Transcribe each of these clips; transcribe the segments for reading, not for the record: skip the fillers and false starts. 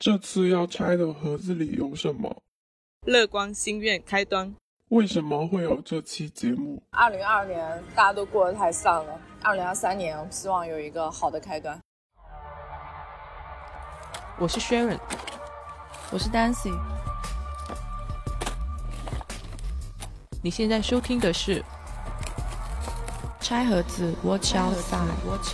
这次要拆的盒子里有什么？ 乐观心愿开端。 为什么会有这期节目 ？2022年大家都过得太丧了，2023年我希望有一个好的开端。 我是 Sharon， 我是 Dancy。 你现在收听的是拆盒子 Watch Outside。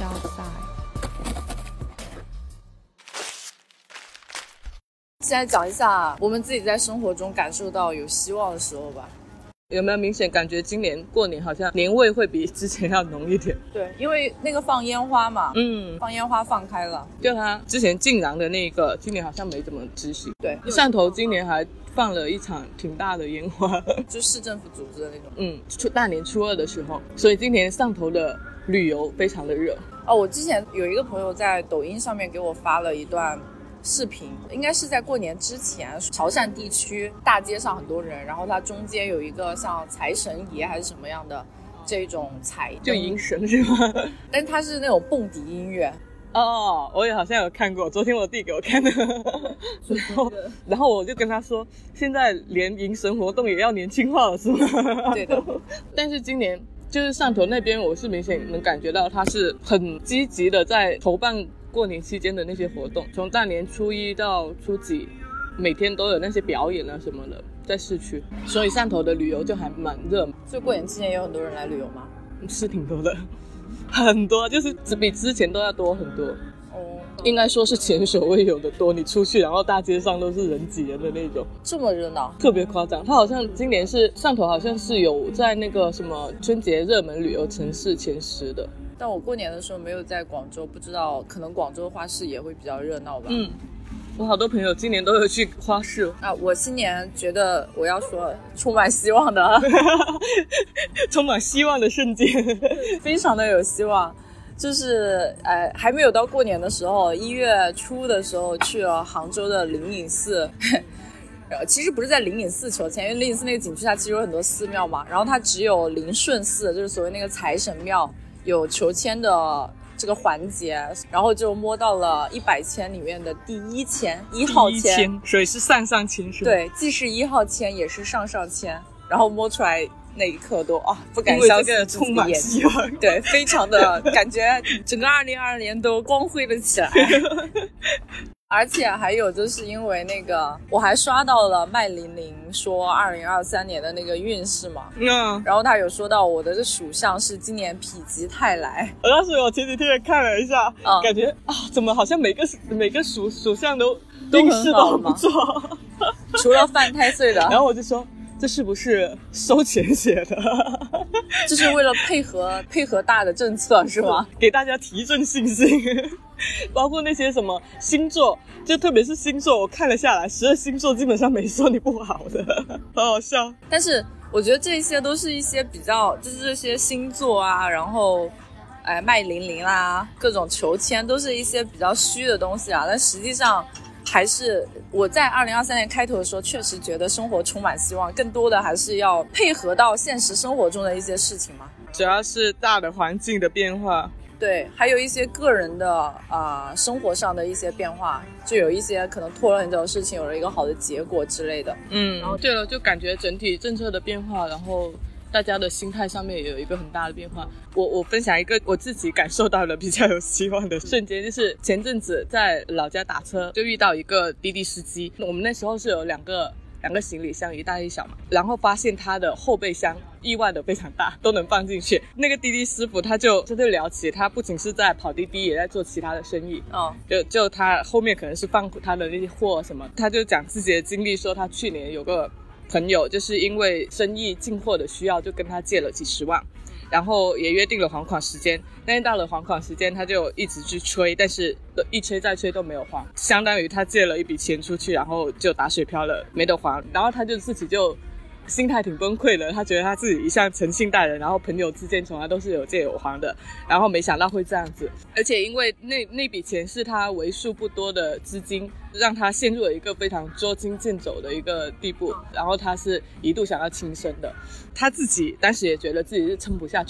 现在讲一下我们自己在生活中感受到有希望的时候吧。 有没有明显感觉今年过年好像年味会比之前要浓一点？ 对，因为那个放烟花嘛，放烟花放开了， 就他之前禁燃的那个，今年好像没怎么执行。 对， 汕头今年还放了一场挺大的烟花， 就市政府组织的那种。大年初2的时候，所以今年汕头的旅游非常的热。 我之前有一个朋友在抖音上面给我发了一段视频，应该是在过年之前，潮汕地区大街上很多人，然后它中间有一个像财神爷还是什么样的这种彩灯， 就迎神是吗？ 但它是那种蹦迪音乐。 我也好像有看过，昨天我弟给我看的。然后我就跟他说，现在连迎神活动也要年轻化了是吗？ 对的。 但是今年就是汕头那边，我是明显能感觉到他是很积极的在筹办过年期间的那些活动，从大年初1到初几，每天都有那些表演啊什么的在市区，所以汕头的旅游就还蛮热。 所以过年期间也有很多人来旅游吗？ 是挺多的，很多，就是比之前都要多很多。应该说是前所未有的多，你出去然后大街上都是人挤人的那种， 这么热闹， 特别夸张。它好像今年是汕头好像是有在那个什么春节热门旅游城市前10的。 但我过年的时候没有在广州，不知道可能广州花市也会比较热闹吧。 我好多朋友今年都有去花市我今年觉得我要说充满希望的充满希望的瞬间非常的有希望。就是还没有到过年的时候，1月初的时候去了杭州的灵隐寺其实不是在灵隐寺求签，因为灵隐寺那个景区它其实有很多寺庙嘛，然后它只有灵顺寺，就是所谓那个财神庙有求签的这个环节，然后就摸到了100签里面的第1签，1号签， 所以是上签是吗？ 对，既是1号签也是上签，然后摸出来那一刻都不敢相信自己的眼睛，对，非常的感觉整个2022年都光辉了起来。而且还有就是因为那个我还刷到了麦玲玲说2023年的那个运势嘛，然后她有说到我的这属相是今年否极泰来。 当时我前几天也看了一下，感觉怎么好像每个属相都运势都很不错， 除了犯太岁的。 然后我就说这是不是收钱写的？ 这是为了配合大的政策是吗？ 给大家提振信心。包括那些什么星座，就特别是星座，我看了下来，12星座基本上没说你不好的，好好笑。 但是我觉得这些都是一些比较，就是这些星座啊，然后麦玲玲啦，各种求签都是一些比较虚的东西啊，但实际上还是我在2023年开头的时候确实觉得生活充满希望，更多的还是要配合到现实生活中的一些事情嘛， 主要是大的环境的变化， 对，还有一些个人的生活上的一些变化，就有一些可能拖了很久的事情有了一个好的结果之类的。 然后对了，就感觉整体政策的变化，然后大家的心态上面也有一个很大的变化。我分享一个我自己感受到的比较有希望的瞬间，就是前阵子在老家打车，就遇到一个滴滴司机，我们那时候是有两个行李箱，一大一小嘛，然后发现他的后备箱意外的非常大，都能放进去。那个滴滴师傅他就聊起，他不仅是在跑滴滴，也在做其他的生意。就他后面可能是放他的那些货什么，他就讲自己的经历，说他去年有个朋友就是因为生意进货的需要，就跟他借了几10万，然后也约定了还款时间，但是到了还款时间他就一直去催，但是一催再催都没有还，相当于他借了一笔钱出去，然后就打水漂了，没得还，然后他就自己就心态挺崩溃的，他觉得他自己一向诚信待人，然后朋友之间从来都是有借有还的，然后没想到会这样子，而且因为那笔钱是他为数不多的资金，让他陷入了一个非常捉襟见肘的一个地步，然后他是一度想要轻生的，他自己当时也觉得自己是撑不下去的，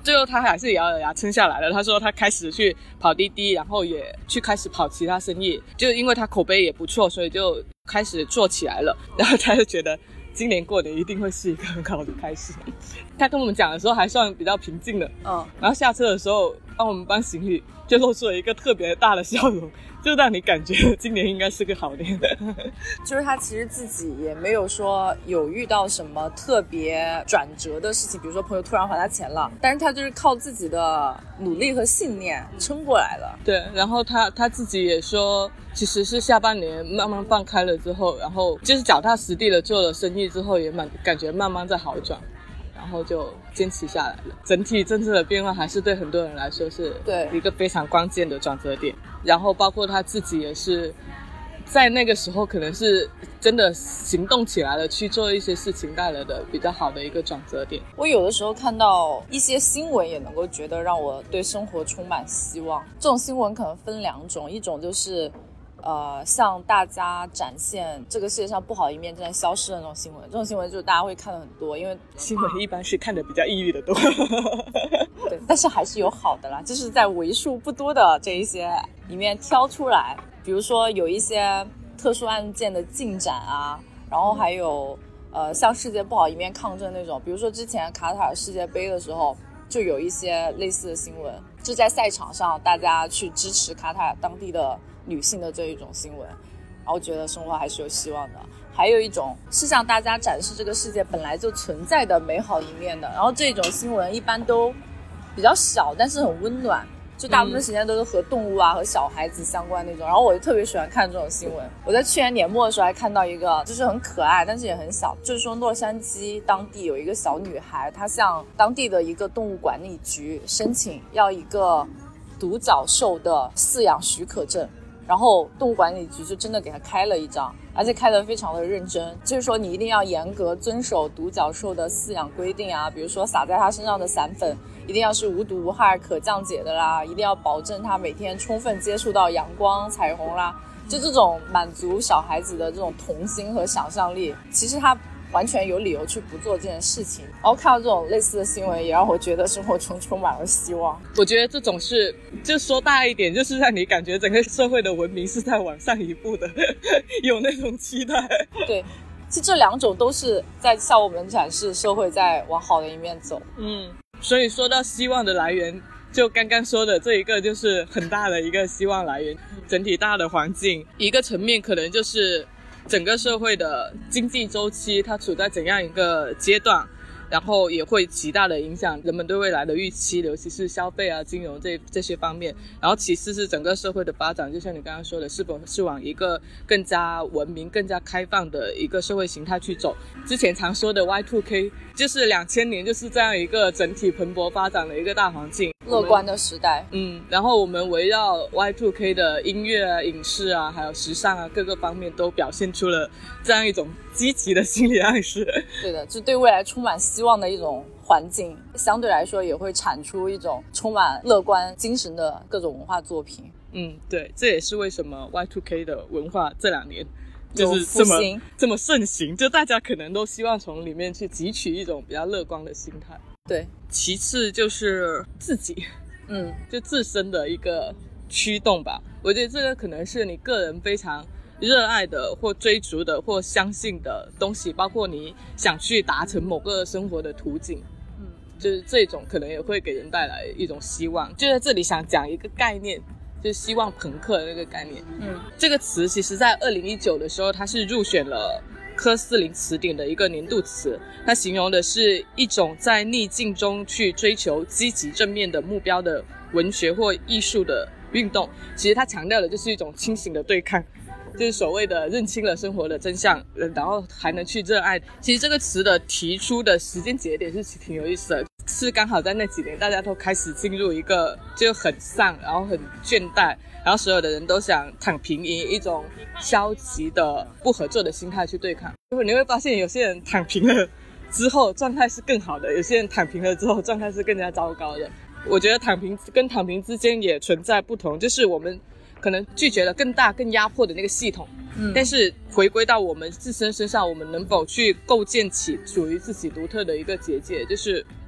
最后他还是咬咬牙撑下来了。他说他开始去跑滴滴，然后也去开始跑其他生意，就因为他口碑也不错，所以就开始做起来了。然后他就觉得今年过年一定会是一个很好的开始。他跟我们讲的时候还算比较平静的，然后下车的时候帮我们搬行李，就露出了一个特别大的笑容，就让你感觉今年应该是个好年。 就是他其实自己也没有说有遇到什么特别转折的事情，比如说朋友突然还他钱了，但是他就是靠自己的努力和信念撑过来了。 对，然后他自己也说，其实是下半年慢慢放开了之后，然后就是脚踏实地的做了生意之后，也感觉慢慢在好转，然后就坚持下来了。整体政策的变化还是对很多人来说是一个非常关键的转折点。然后包括他自己也是在那个时候可能是真的行动起来了，去做一些事情，带来的比较好的一个转折点。 我有的时候看到一些新闻也能够觉得让我对生活充满希望。这种新闻可能分两种，一种就是向大家展现这个世界上不好一面正在消失的那种新闻，这种新闻就是大家会看的很多，因为新闻一般是看的比较抑郁的多。 对，但是还是有好的啦，就是在为数不多的这一些里面挑出来，比如说有一些特殊案件的进展啊，然后还有向世界不好一面抗争那种，比如说之前卡塔尔世界杯的时候就有一些类似的新闻，就在赛场上大家去支持卡塔尔当地的女性的这一种新闻，然后觉得生活还是有希望的。还有一种是向大家展示这个世界本来就存在的美好一面的，然后这种新闻一般都比较小，但是很温暖，就大部分时间都是和动物啊和小孩子相关那种，然后我就特别喜欢看这种新闻。我在去年年末的时候还看到一个就是很可爱但是也很小，就是说洛杉矶当地有一个小女孩，她向当地的一个动物管理局申请要一个独角兽的饲养许可证，然后动物管理局就真的给她开了一张，而且开得非常的认真，就是说你一定要严格遵守独角兽的饲养规定啊，比如说撒在它身上的散粉一定要是无毒无害可降解的啦，一定要保证它每天充分接触到阳光彩虹啦，就这种满足小孩子的这种童心和想象力，其实他完全有理由去不做这件事情。然后看到这种类似的新闻也让我觉得生活中充满了希望。 我觉得这种是就说大一点，就是让你感觉整个社会的文明是在往上一步的，有那种期待。 对，其实这两种都是在向我们展示社会在往好的一面走。 所以说到希望的来源，就刚刚说的这一个就是很大的一个希望来源。整体大的环境一个层面可能就是整个社会的经济周期它处在怎样一个阶段，然后也会极大的影响人们对未来的预期，尤其是消费啊金融这些方面。然后其次是整个社会的发展，就像你刚刚说的，是否是往一个更加文明更加开放的一个社会形态去走。之前常说的 Y2K 就是2000年就是这样一个整体蓬勃发展的一个大环境， 乐观的时代。 然后我们围绕 Y2K 的音乐啊影视啊还有时尚啊各个方面都表现出了这样一种积极的心理暗示。 对的，就对未来充满希望的一种环境，相对来说也会产出一种充满乐观精神的各种文化作品。 对，这也是为什么 Y2K 的文化这2年就是这么盛行，就大家可能都希望从里面去汲取一种比较乐观的心态。 对， 其次就是自己就自身的一个驱动吧。我觉得这个可能是你个人非常热爱的或追逐的或相信的东西，包括你想去达成某个生活的途径，就是这种可能也会给人带来一种希望。就在这里想讲一个概念，就是希望朋克的那个概念。这个词其实在2019的时候它是入选了科斯林词典的一个年度词，它形容的是一种在逆境中去追求积极正面的目标的文学或艺术的运动。其实它强调的就是一种清醒的对抗，就是所谓的认清了生活的真相，然后还能去热爱。其实这个词的提出的时间节点是挺有意思的，是刚好在那几年大家都开始进入一个就很丧然后很倦怠，然后所有的人都想躺平，以一种消极的不合作的心态去对抗。你会发现有些人躺平了之后状态是更好的，有些人躺平了之后状态是更加糟糕的。我觉得躺平跟躺平之间也存在不同，就是我们可能拒绝了更大更压迫的那个系统，但是回归到我们自身身上，我们能否去构建起属于自己独特的一个结界，就是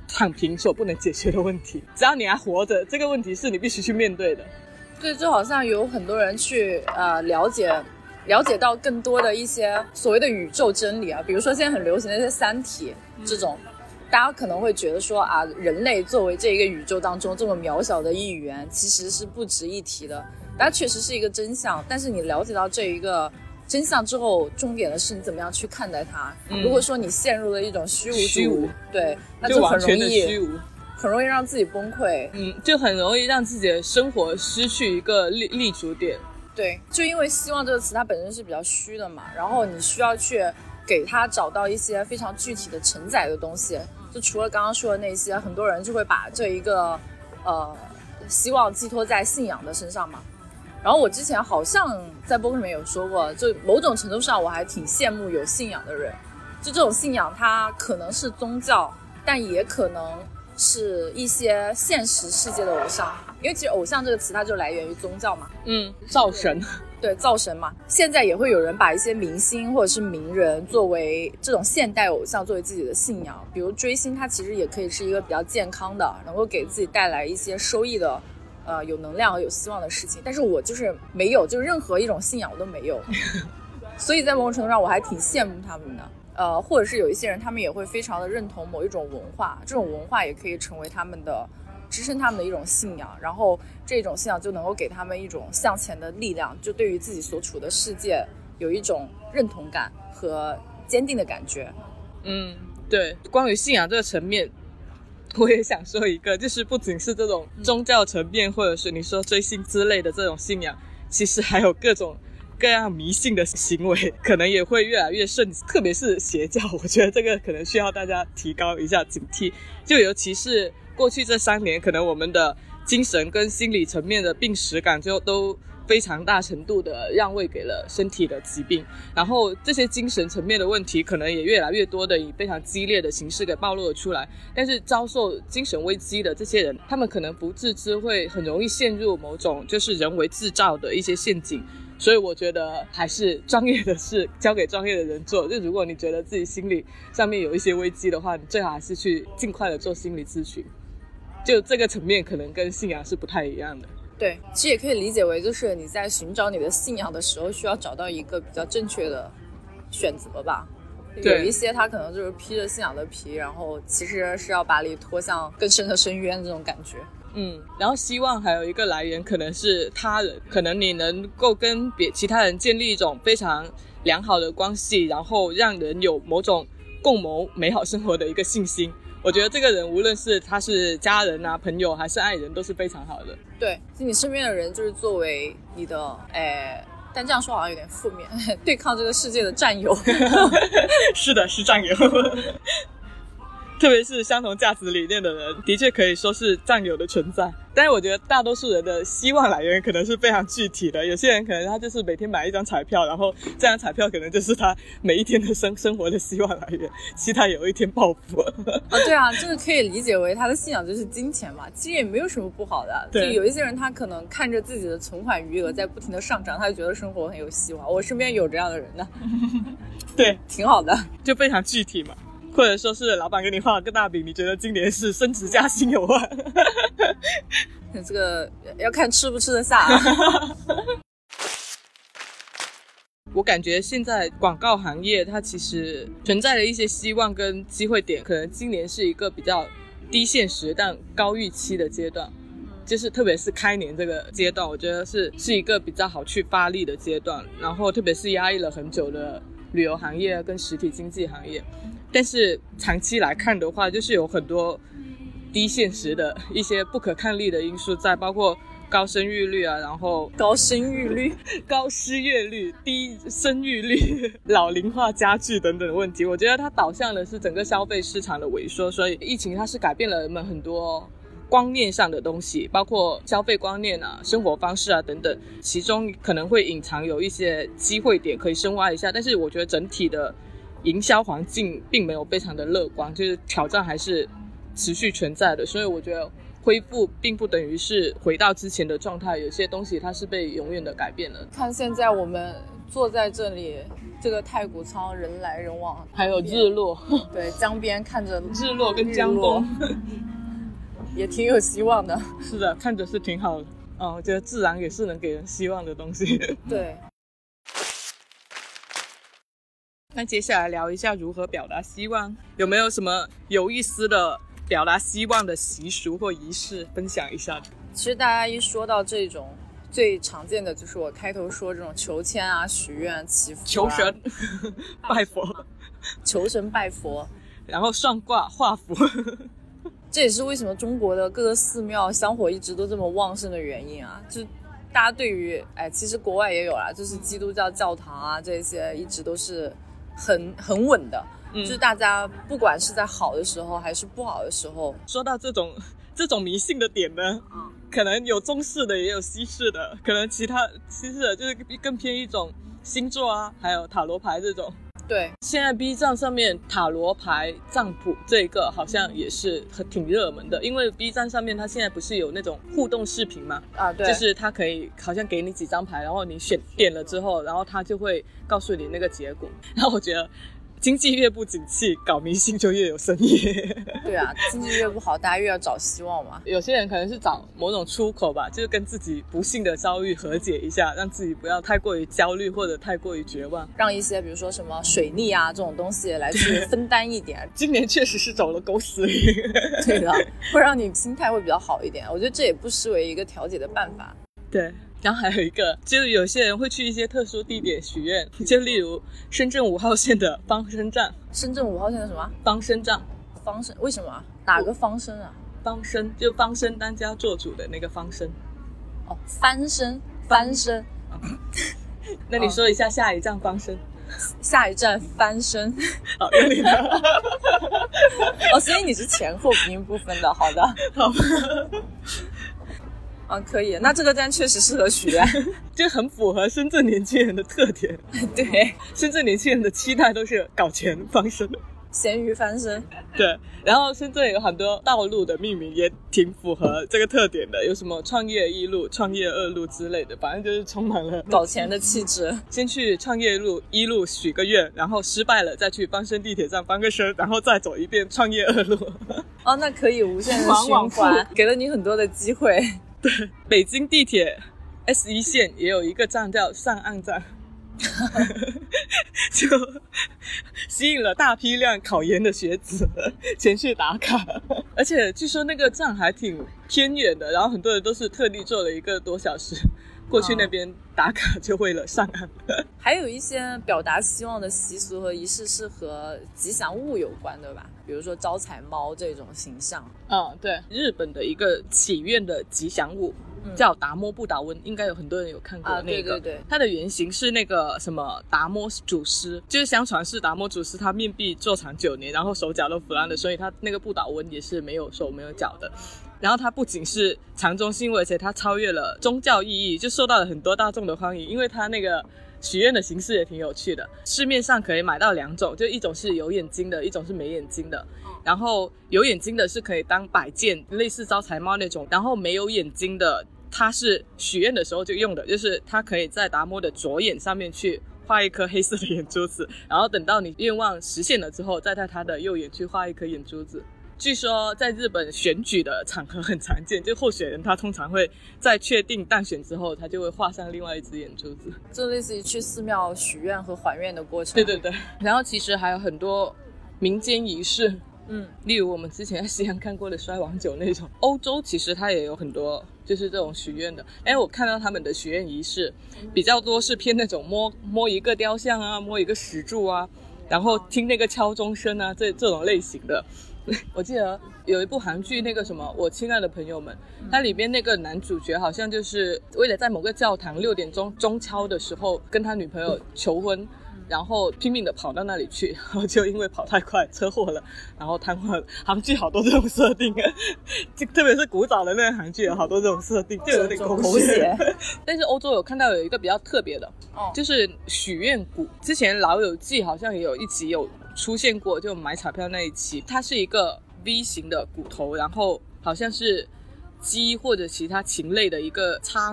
躺平所不能解决的问题，只要你还活着，这个问题是你必须去面对的。 对，就好像有很多人去了解到更多的一些所谓的宇宙真理啊，比如说现在很流行的一些三体这种，大家可能会觉得说啊，人类作为这一个宇宙当中这么渺小的一员，其实是不值一提的。它确实是一个真相，但是你了解到这一个真相之后，重点的是你怎么样去看待它。如果说你陷入了一种虚无，对，那就很容易让自己崩溃。 就很容易让自己的生活失去一个立足点。 对，就因为希望这个词它本身是比较虚的嘛，然后你需要去给它找到一些非常具体的承载的东西。就除了刚刚说的那些，很多人就会把这一个希望寄托在信仰的身上嘛。然后我之前好像在播客里面有说过，就某种程度上我还挺羡慕有信仰的人。就这种信仰它可能是宗教，但也可能是一些现实世界的偶像，因为其实偶像这个词它就来源于宗教嘛。 造神。 对，造神嘛。现在也会有人把一些明星或者是名人作为这种现代偶像，作为自己的信仰。比如追星，它其实也可以是一个比较健康的，能够给自己带来一些收益的有能量和有希望的事情。但是我就是没有，就是任何一种信仰我都没有所以在某种程度上我还挺羡慕他们的。或者是有一些人他们也会非常的认同某一种文化，这种文化也可以成为他们的支撑他们的一种信仰，然后这种信仰就能够给他们一种向前的力量，就对于自己所处的世界有一种认同感和坚定的感觉。 对，关于信仰这个层面我也想说一个，就是不仅是这种宗教层面或者是你说追星之类的这种信仰，其实还有各种各样迷信的行为可能也会越来越盛行，特别是邪教，我觉得这个可能需要大家提高一下警惕。就尤其是过去这3年，可能我们的精神跟心理层面的病耻感就都非常大程度的让位给了身体的疾病，然后这些精神层面的问题可能也越来越多的以非常激烈的形式给暴露了出来。但是遭受精神危机的这些人，他们可能不自知会很容易陷入某种就是人为制造的一些陷阱，所以我觉得还是专业的事交给专业的人做。就如果你觉得自己心理上面有一些危机的话，你最好还是去尽快的做心理咨询，就这个层面可能跟信仰是不太一样的。 对，其实也可以理解为就是你在寻找你的信仰的时候需要找到一个比较正确的选择吧。有一些他可能就是披着信仰的皮，然后其实是要把你拖向更深的深渊这种感觉。 然后希望还有一个来源可能是他人，可能你能够跟其他人建立一种非常良好的关系，然后让人有某种共谋美好生活的一个信心。我觉得这个人无论是他是家人啊、朋友还是爱人都是非常好的。 对，就你身边的人就是作为你的但这样说好像有点负面，对抗这个世界的战友是的，是战友特别是相同价值理念的人，的确可以说是战友的存在。但是我觉得大多数人的希望来源可能是非常具体的，有些人可能他就是每天买一张彩票，然后这张彩票可能就是他每一天的生活的希望来源，期待有一天暴富对啊，这个可以理解为他的信仰就是金钱嘛，其实也没有什么不好的。对，就有一些人他可能看着自己的存款余额在不停的上涨，他就觉得生活很有希望。我身边有这样的人呢对， 挺好的， 就非常具体嘛。或者说是老板给你画了个大饼，你觉得今年是升职加薪有望这个要看吃不吃得下我感觉现在广告行业它其实存在的一些希望跟机会点，可能今年是一个比较低现实但高预期的阶段，就是特别是开年这个阶段，我觉得是一个比较好去发力的阶段，然后特别是压抑了很久的旅游行业跟实体经济行业。但是长期来看的话，就是有很多低现实的一些不可抗力的因素在，包括高生育率啊，然后高生育率、 高失业率、低生育率、老龄化加剧等等的问题。我觉得它导向的是整个消费市场的萎缩，所以疫情它是改变了人们很多观念上的东西，包括消费观念啊、生活方式啊等等，其中可能会隐藏有一些机会点可以深挖一下，但是我觉得整体的营销环境并没有非常的乐观，就是挑战还是持续存在的，所以我觉得恢复并不等于是回到之前的状态，有些东西它是被永远的改变了。 看现在我们坐在这里，这个太古仓人来人往， 还有日落， 对，江边看着日落跟江东也挺有希望的。 是的，看着是挺好的。我觉得自然也是能给人希望的东西。 对。 那接下来聊一下如何表达希望，有没有什么有意思的表达希望的习俗或仪式分享一下？ 其实大家一说到这种，最常见的就是我开头说这种求签啊、许愿、祈福、 求神拜佛， 求神拜佛， 然后算卦画符。 这也是为什么中国的各个寺庙香火一直都这么旺盛的原因啊。就大家对于其实国外也有啦，就是基督教教堂啊这些一直都是很稳的，就是大家不管是在好的时候还是不好的时候。 说到这种迷信的点呢，可能有中式的也有西式的，可能西式的就是更偏一种星座啊，还有塔罗牌这种。 对， 现在 B 站上面塔罗牌占卜这个好像也是挺热门的，因为 B 站上面它现在不是有那种互动视频嘛， 对， 就是它可以好像给你几张牌，然后你点了之后，然后它就会告诉你那个结果。然后我觉得经济越不景气，搞迷信就越有生意。 对啊，经济越不好，大家越要找希望嘛。 有些人可能是找某种出口吧，就是跟自己不幸的遭遇和解一下，让自己不要太过于焦虑或者太过于绝望， 让一些比如说什么水逆啊这种东西来去分担一点。 今年确实是走了狗屎运。 对的，会让你心态会比较好一点。我觉得这也不失为一个调节的办法。 对，然后还有一个就是有些人会去一些特殊地点许愿，就例如深圳5号线的方参站。 深圳5号线的什么方参站？ 方参？为什么？哪个方参啊？ 方参就方参当家做主的那个方参。 哦，翻身。 那你说一下下一站方参。 下一站翻身。 好，有你的。 所以你是前后鼻音不分的。好的， 好。 可以，那这个站确实适合许愿， 就很符合深圳年轻人的特点。 对， 深圳年轻人的期待都是搞钱翻身， 咸鱼翻身。 对，然后深圳有很多道路的命名也挺符合这个特点的，有什么创业1路、创业2路之类的，反正就是充满了搞钱的气质。 先去创业1路许个愿，然后失败了再去方参地铁站翻个身，然后再走一遍创业2路。 那可以无限的循环，给了你很多的机会。 对，北京地铁 S1 线也有一个站叫上岸站。就吸引了大批量考研的学子前去打卡，而且据说那个站还挺偏远的，然后很多人都是特地坐了1个多小时过去那边打卡，就为了上岸。 还有一些表达希望的习俗和仪式是和吉祥物有关的吧，比如说招财猫这种形象。 对，日本的一个祈愿的吉祥物叫达摩不倒翁，应该有很多人有看过那个。 对， 它的原型是那个什么达摩祖师，就是相传是达摩祖师他面壁坐长9年，然后手脚都腐烂的，所以他那个不倒翁也是没有手没有脚的。然后它不仅是长中心，而且它超越了宗教意义，就受到了很多大众的欢迎，因为它那个许愿的形式也挺有趣的。市面上可以买到2种，就一种是有眼睛的，一种是没眼睛的。然后有眼睛的是可以当摆件，类似招财猫那种，然后没有眼睛的它是许愿的时候就用的，就是它可以在达摩的左眼上面去画一颗黑色的眼珠子，然后等到你愿望实现了之后，再在他的右眼去画一颗眼珠子。据说在日本选举的场合很常见，就候选人他通常会在确定当选之后，他就会画上另外一只眼珠子， 这类似于去寺庙许愿和还愿的过程。 对，然后其实还有很多民间仪式，例如我们之前在西安看过的摔碗酒那种。欧洲其实它也有很多就是这种许愿的。我看到他们的许愿仪式比较多是偏那种摸一个雕像啊，摸一个石柱啊，然后听那个敲钟声啊，这种类型的。我记得有一部韩剧，那个什么我亲爱的朋友们，它里边那个男主角好像就是为了在某个教堂6点钟钟敲的时候跟他女朋友求婚，然后拼命的跑到那里去，然后就因为跑太快车祸了，然后瘫痪了。韩剧好多这种设定，特别是古早的那个韩剧有好多这种设定，就有点狗血。但是欧洲有看到有一个比较特别的，就是许愿鼓。之前老友记好像也有一集有出现过，就买彩票那一期，它是一个 V 型的骨头，然后好像是鸡或者其他禽类的一个插骨，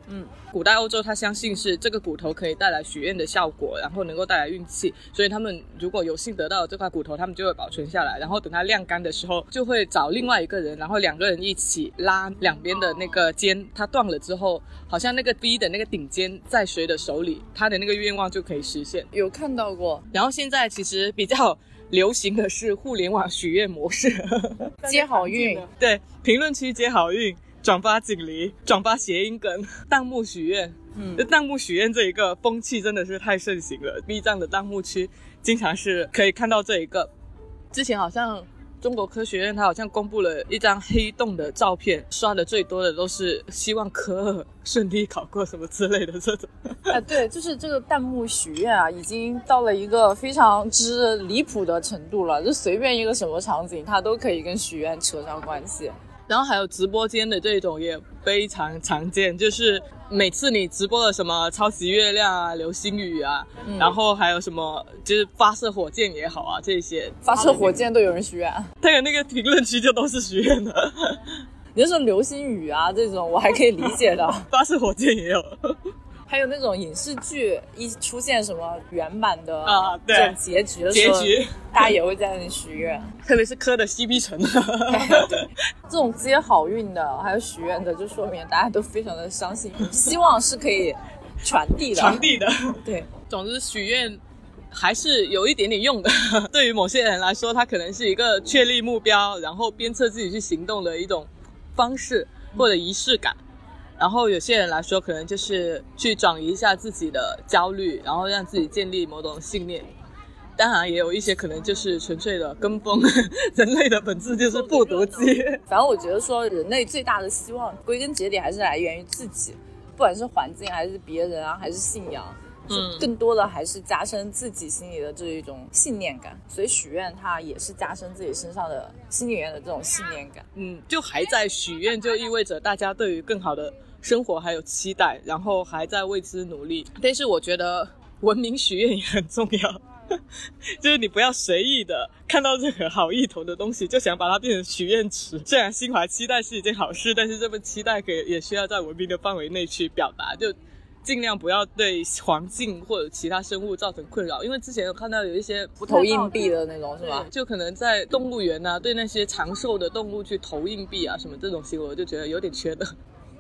古代欧洲他相信是这个骨头可以带来许愿的效果，然后能够带来运气，所以他们如果有幸得到这块骨头，他们就会保存下来，然后等它晾干的时候就会找另外一个人，然后两个人一起拉两边的那个尖，它断了之后好像那个 V 的那个顶尖在谁的手里，他的那个愿望就可以实现。 有看到过。 然后现在其实比较流行的是互联网许愿模式接好运。 对，评论区接好运，转发锦鲤，转发谐音梗，弹幕许愿。弹幕许愿这一个风气真的是太盛行了， B 站的弹幕区经常是可以看到这一个。之前好像中国科学院它好像公布了一张黑洞的照片，刷的最多的都是希望科二顺利考过什么之类的这种。 对，就是这个弹幕许愿啊，已经到了一个非常之离谱的程度了，就随便一个什么场景它都可以跟许愿扯上关系。 然后还有直播间的这种也非常常见，就是每次你直播的什么抄袭月亮啊、流星雨啊，然后还有什么就是发射火箭也好啊，这些发射火箭都有人许愿， 他有那个评论区就都是许愿的。 你就说流星雨啊这种我还可以理解的， 发射火箭也有。 还有那种影视剧一出现什么原版的对这种结局的时候，大家也会在那里许愿， 特别是磕的 CP 城。 这种接好运的还有许愿的，就说明大家都非常的相信，希望是可以传递的。对， 总之许愿还是有一点点用的。对于某些人来说，它可能是一个确立目标，然后鞭策自己去行动的一种方式或者仪式感。然后有些人来说可能就是去转移一下自己的焦虑，然后让自己建立某种信念。当然也有一些可能就是纯粹的跟风，人类的本质就是不读机。 反正我觉得说人类最大的希望归根结底还是来源于自己，不管是环境还是别人啊，还是信仰，更多的还是加深自己心里的这一种信念感。所以许愿它也是加深自己身上的心里面的这种信念感。 就还在许愿，就意味着大家对于更好的生活还有期待，然后还在为之努力。但是我觉得文明许愿也很重要，就是你不要随意的看到任何好意头的东西就想把它变成许愿池。虽然心怀期待是一件好事，但是这份期待也需要在文明的范围内去表达，就尽量不要对环境或者其他生物造成困扰。因为之前有看到有一些不投硬币的那种是吧， 就可能在动物园啊，对那些长寿的动物去投硬币啊什么这种行为，我就觉得有点缺德。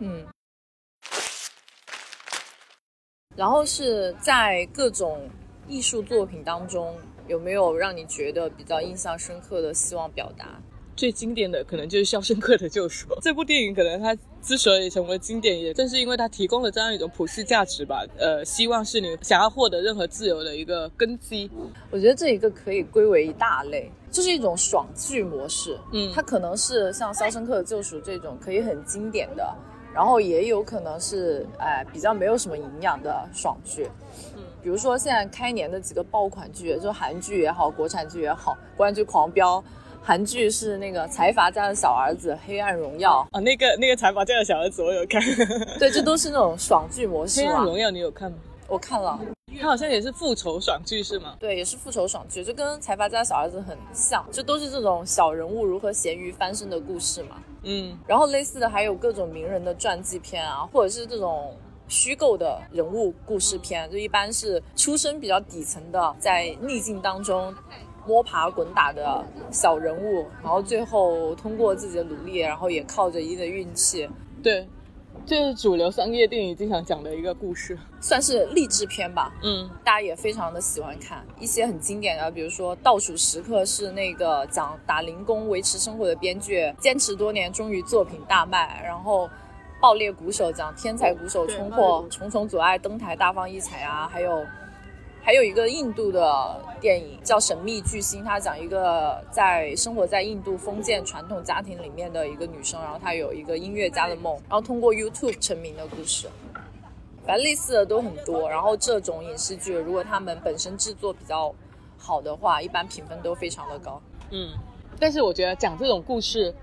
然后是在各种艺术作品当中，有没有让你觉得比较印象深刻的希望表达？ 最经典的可能就是《肖申克的救赎》这部电影，可能它之所以成为经典，也正是因为它提供了这样一种普世价值吧。希望是你想要获得任何自由的一个根基。 我觉得这一个可以归为一大类，就是一种爽剧模式。它可能是像《肖申克的救赎》这种可以很经典的，然后也有可能是比较没有什么营养的爽剧。比如说现在开年的几个爆款剧，就韩剧也好，国产剧也好，国产剧狂飙。韩剧是那个财阀家的小儿子《黑暗荣耀》 啊，那个财阀家的小儿子我有看。 对，这都是那种爽剧模式嘛。 黑暗荣耀你有看吗？ 我看了， 它好像也是复仇爽剧是吗？ 对，也是复仇爽剧，就跟财阀家的小儿子很像，就都是这种小人物如何咸鱼翻身的故事嘛。然后类似的还有各种名人的传记片啊，或者是这种虚构的人物故事片，就一般是出身比较底层的，在逆境当中摸爬滚打的小人物，然后最后通过自己的努力，然后也靠着一定的运气。 对，就是主流商业电影经常讲的一个故事， 算是励志片吧。大家也非常的喜欢看一些很经典的，比如说《倒数时刻》是那个讲打零工维持生活的编剧，坚持多年终于作品大卖。然后《爆裂鼓手》讲天才鼓手冲破重重阻碍登台大放异彩啊，还有一个印度的电影叫《神秘巨星》，它讲一个生活在印度封建传统家庭里面的一个女生，然后她有一个音乐家的梦，然后通过 YouTube 成名的故事。反正类似的都很多，然后这种影视剧如果他们本身制作比较好的话，一般评分都非常的高。 但是我觉得讲这种故事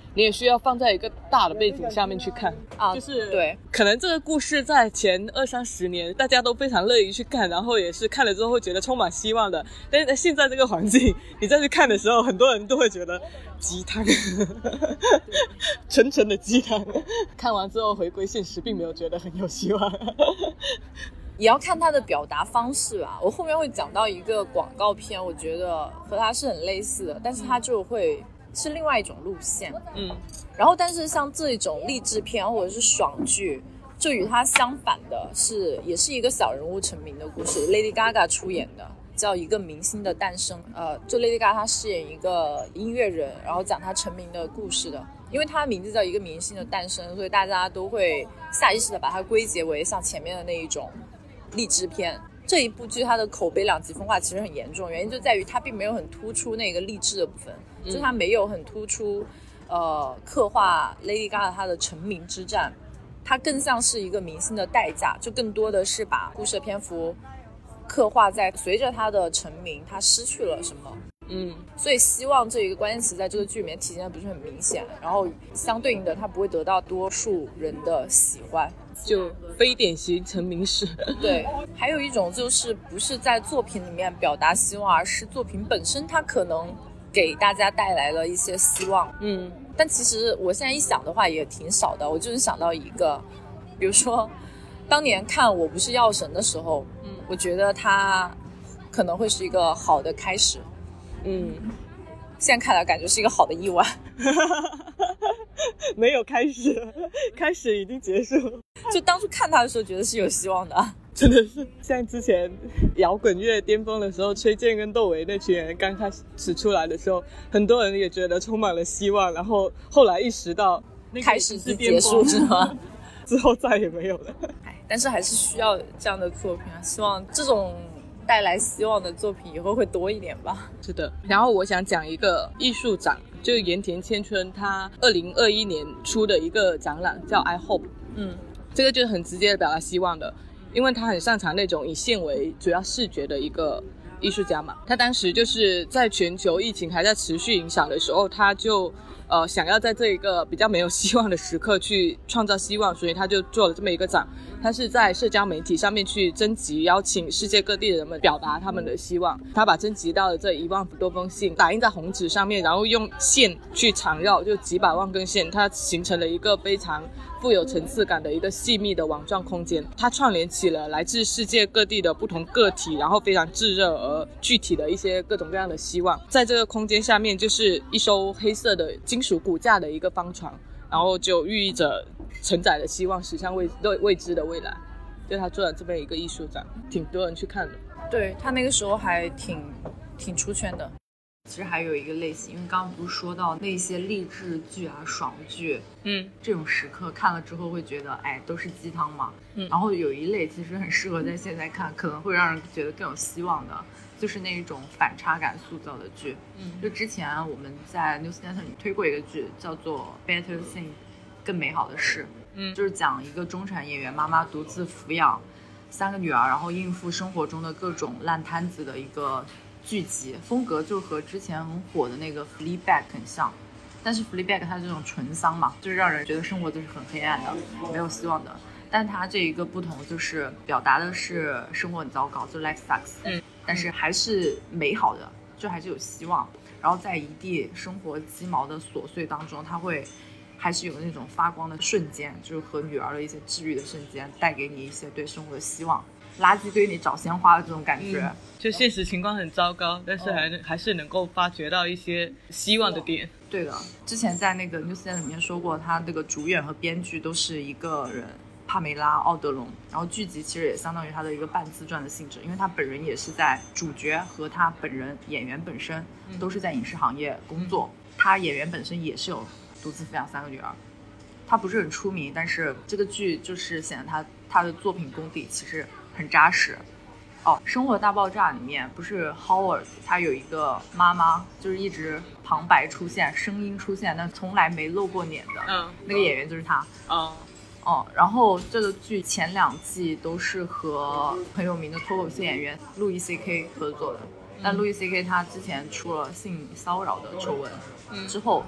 你也需要放在一个大的背景下面去看啊， 就是对， 可能这个故事在前20-30年大家都非常乐意去看，然后也是看了之后会觉得充满希望的，但是在现在这个环境你再去看的时候，很多人都会觉得鸡汤纯纯的鸡汤，看完之后回归现实并没有觉得很有希望也要看他的表达方式吧。我后面会讲到一个广告片，我觉得和他是很类似的，但是他就会是另外一种路线。然后但是像这种励志片或者是爽剧，就与它相反的是，也是一个小人物成名的故事， Lady Gaga 出演的，叫一个明星的诞生。就 Lady Gaga 她饰演一个音乐人，然后讲她成名的故事的。因为她名字叫一个明星的诞生，所以大家都会下意识的把它归结为像前面的那一种励志片。这一部剧它的口碑两极分化其实很严重，原因就在于它并没有很突出那个励志的部分，就它没有很突出刻画 Lady Gaga 她的成名之战，它更像是一个明星的代价，就更多的是把故事的篇幅刻画在随着她的成名她失去了什么。所以希望这一个关键词在这个剧里面体现的不是很明显，然后相对应的它不会得到多数人的喜欢， 就非典型成名史。 对，还有一种就是不是在作品里面表达希望，而是作品本身它可能给大家带来了一些希望。但其实我现在一想的话也挺少的，我就是想到一个，比如说当年看《我不是药神》的时候，我觉得它可能会是一个好的开始。现在看来感觉是一个好的意外没有开始，开始已经结束。 就当初看它的时候觉得是有希望的， 真的是像之前摇滚乐巅峰的时候，崔健跟窦唯那群人刚开始出来的时候，很多人也觉得充满了希望，然后后来意识到开始是结束是吗？ 之后再也没有了。 但是还是需要这样的作品啊，希望这种带来希望的作品以后会多一点吧。 是的，然后我想讲一个艺术展，就是盐田千春他2021年出的一个展览叫 I Hope。这个就是很直接的表达希望的，因为他很擅长那种以线为主要视觉的一个艺术家嘛。他当时就是在全球疫情还在持续影响的时候，他就想要在这一个比较没有希望的时刻去创造希望，所以他就做了这么一个展。他是在社交媒体上面去征集，邀请世界各地的人们表达他们的希望。他把征集到的这1万多封信打印在红纸上面，然后用线去缠绕，就几百万根线，它形成了一个非常富有层次感的一个细密的网状空间。它串联起了来自世界各地的不同个体，然后非常炙热而具体的一些各种各样的希望。在这个空间下面就是一艘黑色的金属骨架的一个方船，然后就寓意着承载了希望驶向未知的未来。就他做了这么一个艺术展，挺多人去看的。 对，他那个时候还挺出圈的。其实还有一个类型，因为刚刚不是说到那些励志剧啊、爽剧，这种时刻看了之后会觉得，哎，都是鸡汤嘛。然后有一类其实很适合在现在看，可能会让人觉得更有希望的，就是那种反差感塑造的剧。就之前我们在 Newsnet 里推过一个剧，叫做 Better Things， 更美好的事。就是讲一个中产演员妈妈独自抚养3个女儿，然后应付生活中的各种烂摊子的一个剧集，风格就和之前很火的那个 Fleabag 很像，但是 Fleabag 它这种纯丧嘛，就是让人觉得生活就是很黑暗的，没有希望的。但它这一个不同就是表达的是生活很糟糕，就 life sucks，但是还是美好的，就还是有希望。然后在一地生活鸡毛的琐碎当中，它会还是有那种发光的瞬间，就是和女儿的一些治愈的瞬间，带给你一些对生活的希望。垃圾堆里找鲜花的这种感觉， 就现实情况很糟糕，但是还是能够发掘到一些希望的点。 对的，之前在那个 Newsnet 里面说过，他那个主演和编剧都是一个人，帕梅拉·奥德隆。然后剧集其实也相当于他的一个半自传的性质，因为他本人也是在主角和他本人演员本身都是在影视行业工作，他演员本身也是有独自抚养3个女儿。他不是很出名，但是这个剧就是显得他的作品功底其实很扎实。生活大爆炸里面不是 Howard 他有一个妈妈，就是一直旁白出现，声音出现，但从来没露过脸的，那个演员就是他。然后这个剧前2季都是和很有名的脱口秀演员路易 CK 合作的，但路易 CK 他之前出了性骚扰的丑闻之后，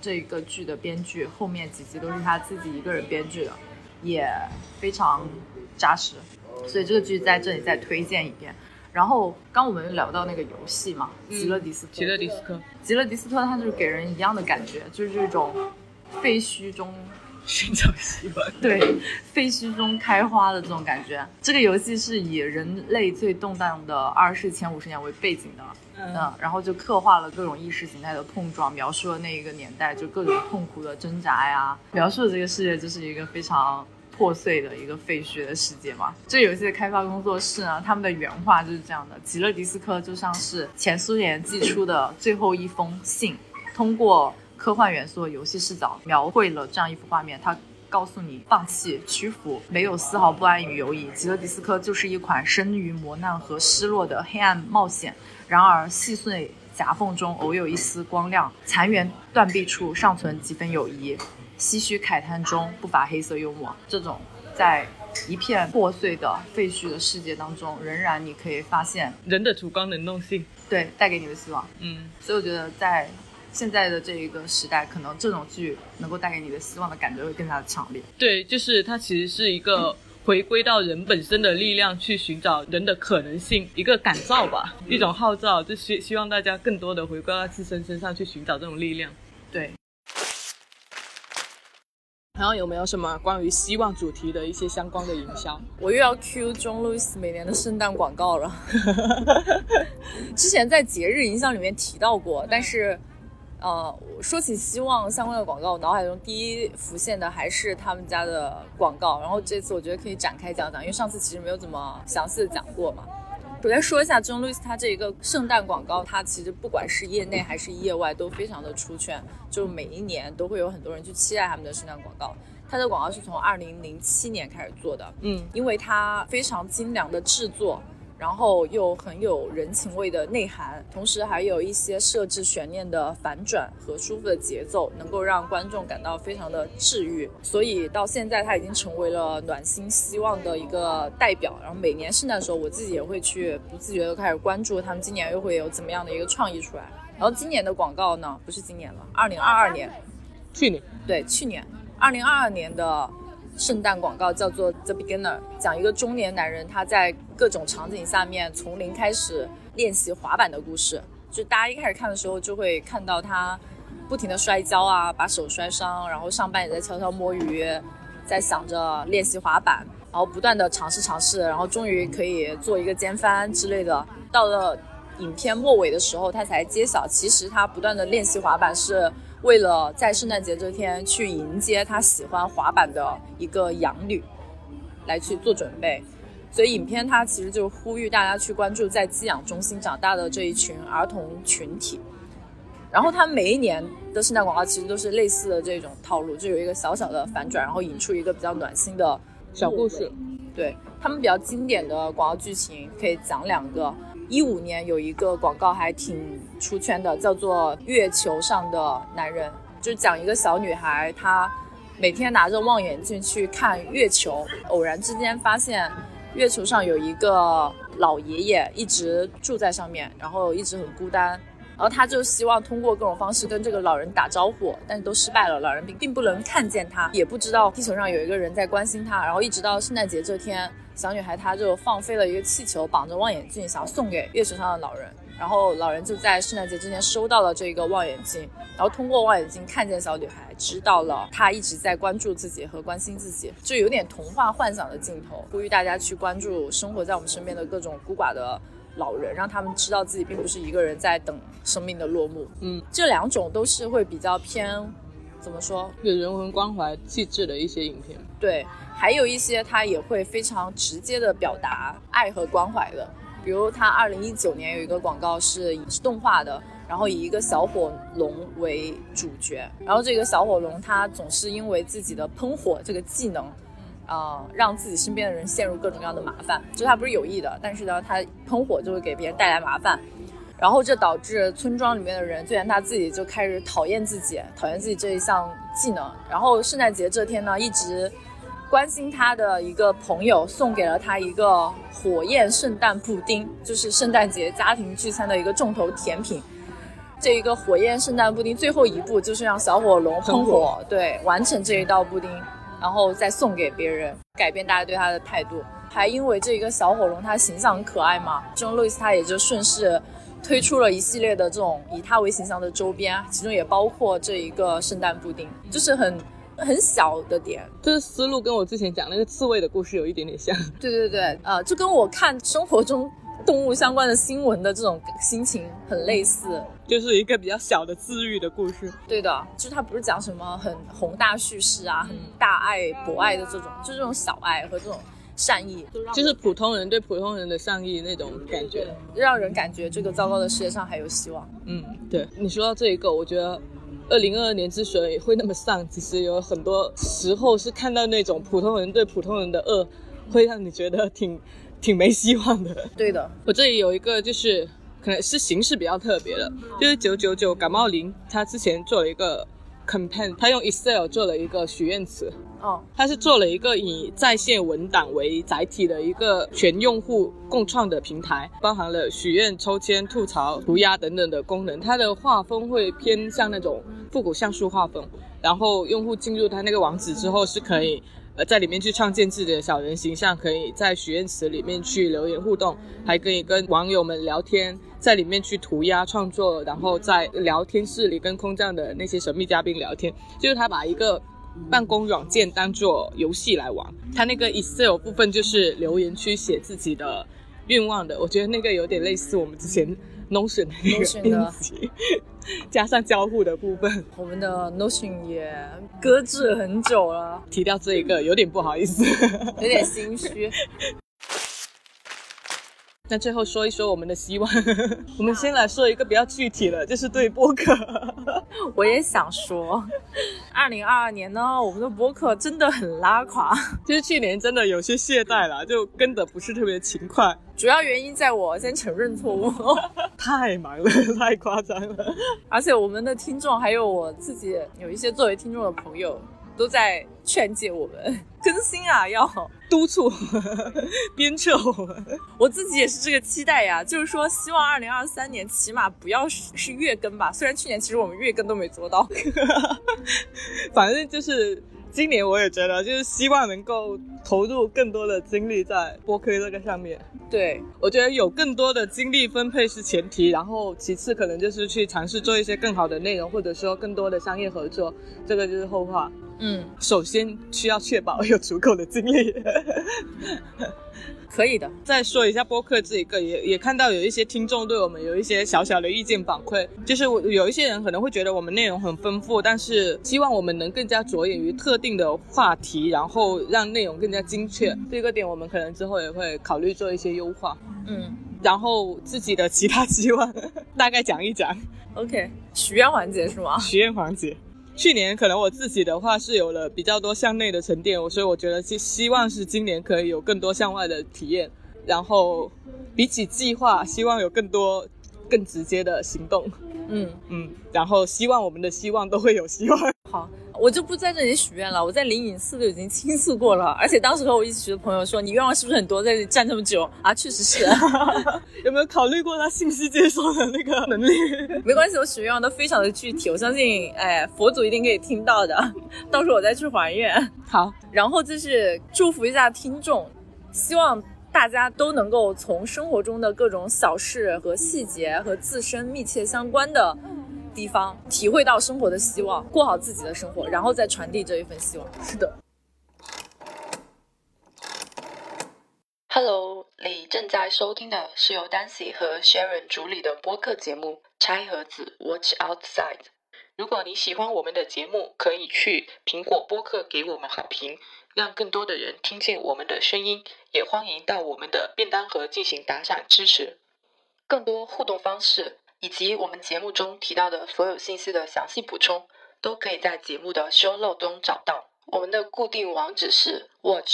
这个剧的编剧后面几集都是他自己一个人编剧的，也非常扎实，所以这个剧在这里再推荐一遍。然后刚我们聊到那个游戏嘛，极乐迪斯科， 极乐迪斯科， 极乐迪斯科它就是给人一样的感觉，就是这种废墟中寻找希望， 对，废墟中开花的这种感觉。这个游戏是以人类最动荡的20世纪前50年为背景的，然后就刻画了各种意识形态的碰撞，描述了那一个年代就各种痛苦的挣扎呀，描述的这个世界就是一个非常破碎的一个废墟的世界嘛。这个游戏的开发工作室呢，他们的原话就是这样的：极乐迪斯科就像是前苏联寄出的最后一封信，通过科幻元素的游戏视角描绘了这样一幅画面，它告诉你放弃屈服，没有丝毫不安与犹疑。极乐迪斯科就是一款生于磨难和失落的黑暗冒险，然而细碎夹缝中偶有一丝光亮，残垣断壁处尚存几分友谊，唏嘘慨叹中不乏黑色幽默。这种在一片破碎的废墟的世界当中，仍然你可以发现人的烛光能动性， 对，带给你的希望。所以我觉得在现在的这一个时代，可能这种剧能够带给你的希望的感觉会更加的强烈。 对，就是它其实是一个回归到人本身的力量，去寻找人的可能性，一个感召吧，一种号召，就希望大家更多的回归到自身身上去寻找这种力量。 对。 然后有没有什么关于希望主题的一些相关的营销？ 我又要 cue John Lewis 每年的圣诞广告了。之前在节日营销里面提到过，但是说起希望相关的广告，我脑海中第一浮现的还是他们家的广告，然后这次我觉得可以展开讲讲，因为上次其实没有怎么详细的讲过嘛。首先说一下 John Lewis 他这一个圣诞广告，他其实不管是业内还是业外都非常的出圈，就每一年都会有很多人去期待他们的圣诞广告。他的广告是从2007年开始做的，因为他非常精良的制作，然后又很有人情味的内涵，同时还有一些设置悬念的反转和舒服的节奏，能够让观众感到非常的治愈。所以到现在他已经成为了暖心希望的一个代表。然后每年圣诞的时候，我自己也会去不自觉的开始关注他们今年又会有怎么样的一个创意出来。然后今年的广告呢，不是今年了，2022年， 去年 2022年的圣诞广告叫做 The Beginner， 讲一个中年男人他在各种场景下面从零开始练习滑板的故事。就大家一开始看的时候就会看到他不停的摔跤啊，把手摔伤，然后上班也在悄悄摸鱼，在想着练习滑板，然后不断的尝试，然后终于可以做一个肩翻之类的。到了影片末尾的时候，他才揭晓其实他不断的练习滑板是为了在圣诞节这天去迎接他喜欢滑板的一个养女来去做准备。所以影片它其实就呼吁大家去关注在寄养中心长大的这一群儿童群体。然后他每一年的圣诞广告其实都是类似的这种套路，就有一个小小的反转，然后引出一个比较暖心的小故事。 对，他们比较经典的广告剧情可以讲两个。15年有一个广告还挺出圈的，叫做月球上的男人，就讲一个小女孩，她每天拿着望远镜去看月球，偶然之间发现月球上有一个老爷爷一直住在上面，然后一直很孤单，然后他就希望通过各种方式跟这个老人打招呼，但是都失败了，老人并不能看见他，也不知道地球上有一个人在关心他。然后一直到圣诞节这天，小女孩她就放飞了一个气球，绑着望远镜，想送给月球上的老人。然后老人就在圣诞节之前收到了这个望远镜，然后通过望远镜看见小女孩，知道了她一直在关注自己和关心自己，就有点童话幻想的镜头，呼吁大家去关注生活在我们身边的各种孤寡的老人，让他们知道自己并不是一个人在等生命的落幕。这两种都是会比较偏怎么说， 有人文关怀气质的一些影片。 对，还有一些它也会非常直接的表达爱和关怀的，比如它2019年有一个广告是动画的，然后以一个小火龙为主角，然后这个小火龙它总是因为自己的喷火这个技能让自己身边的人陷入各种各样的麻烦，就他不是有意的，但是呢他喷火就会给别人带来麻烦，然后这导致村庄里面的人就连他自己就开始讨厌自己这一项技能。然后圣诞节这天呢，一直关心他的一个朋友送给了他一个火焰圣诞布丁，就是圣诞节家庭聚餐的一个重头甜品。 这一个火焰圣诞布丁最后一步就是让小火龙喷火，对，完成这一道布丁，然后再送给别人，改变大家对他的态度。还因为这个小火龙它形象很可爱嘛，这种路易斯他也就顺势推出了一系列的这种以它为形象的周边，其中也包括这一个圣诞布丁，就是很小的点。 这个思路跟我之前讲那个刺猬的故事有一点点像。 对对对，就跟我看生活中动物相关的新闻的这种心情很类似， 就是一个比较小的治愈的故事。 对的，就是它不是讲什么很宏大叙事啊，很大爱博爱的这种，就这种小爱和这种善意， 就是普通人对普通人的善意那种感觉， 让人感觉这个糟糕的世界上还有希望。 对，你说到这一个，我觉得2022年之所以会那么丧，其实有很多时候是看到那种普通人对普通人的恶，会让你觉得挺没希望的。 对的， 我这里有一个就是可能是形式比较特别的，就是999感冒灵他之前做了一个 campaign， 他用 Excel 做了一个许愿池。他是做了一个以在线文档为载体的一个全用户共创的平台，包含了许愿、抽签、吐槽、涂鸦等等的功能。它的画风会偏向那种复古像素画风，然后用户进入它那个网址之后是可以在里面去创建自己的小人形象，可以在许愿池里面去留言互动，还可以跟网友们聊天，在里面去涂鸦创作，然后在聊天室里跟空降的那些神秘嘉宾聊天。就是他把一个办公软件当做游戏来玩，他那个 Excel 部分就是留言区写自己的愿望的，我觉得那个有点类似我们之前 Notion 的那个编辑加上交互的部分。 我们的 Notion 也搁置很久了， 提到这一个有点不好意思有点心虚。 那最后说一说我们的希望我们先来说一个比较具体的，就是对播客我也想说2022年呢，我们的播客真的很拉垮， 就是去年真的有些懈怠了，就跟得不是特别勤快， 主要原因在我先承认错误太忙了，太夸张了。 而且我们的听众还有我自己有一些作为听众的朋友都在劝诫我们更新啊，要督促鞭策我们。 我自己也是这个期待呀，就是说希望2023年起码不要是月更吧，虽然去年其实我们月更都没做到反正就是今年我也觉得就是希望能够投入更多的精力在播客这个上面。 对， 我觉得有更多的精力分配是前提，然后其次可能就是去尝试做一些更好的内容，或者说更多的商业合作，这个就是后话。首先需要确保有足够的精力可以的。 再说一下播客这一个，也看到有一些听众对我们有一些小小的意见反馈，就是有一些人可能会觉得我们内容很丰富，但是希望我们能更加着眼于特定的话题，然后让内容更加精确。这个点我们可能之后也会考虑做一些优化。然后自己的其他希望大概讲一讲。 OK， 许愿环节是吗？ 许愿环节，去年可能我自己的话是有了比较多向内的沉淀，所以我觉得希望是今年可以有更多向外的体验，然后比起计划希望有更多更直接的行动。然后希望我们的希望都会有希望。 好，我就不在这里许愿了，我在灵隐寺都已经倾诉过了，而且当时和我一起去的朋友说你愿望是不是很多，在这里站这么久啊？确实是有没有考虑过他信息接收的那个能力？ 没关系，我许愿望都非常的具体，我相信佛祖一定可以听到的，到时候我再去还愿。 好， 然后就是祝福一下听众，希望大家都能够从生活中的各种小事和细节和自身密切相关的地方体会到生活的希望，过好自己的生活，然后再传递这一份希望。是的。 Hello， 你正在收听的是由 Dancy 和 Sharon 主理的播客节目《拆盒子 Watch Outside》。如果你喜欢我们的节目，可以去苹果播客给我们好评，让更多的人听见我们的声音，也欢迎到我们的便当盒进行打赏支持。更多互动方式以及我们节目中提到的所有信息的详细补充，都可以在节目的 show note 中找到。我们的固定网址是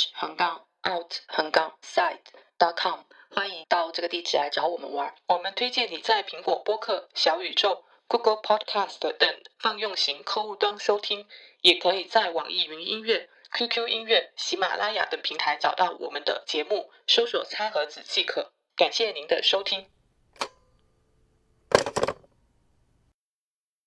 watch_out_side.com， 欢迎到这个地址来找我们玩。我们推荐你在苹果播客、小宇宙、Google Podcast 等泛用型客户端收听，也可以在网易云音乐、QQ 音乐、喜马拉雅等平台找到我们的节目，搜索拆盒子即可。感谢您的收听。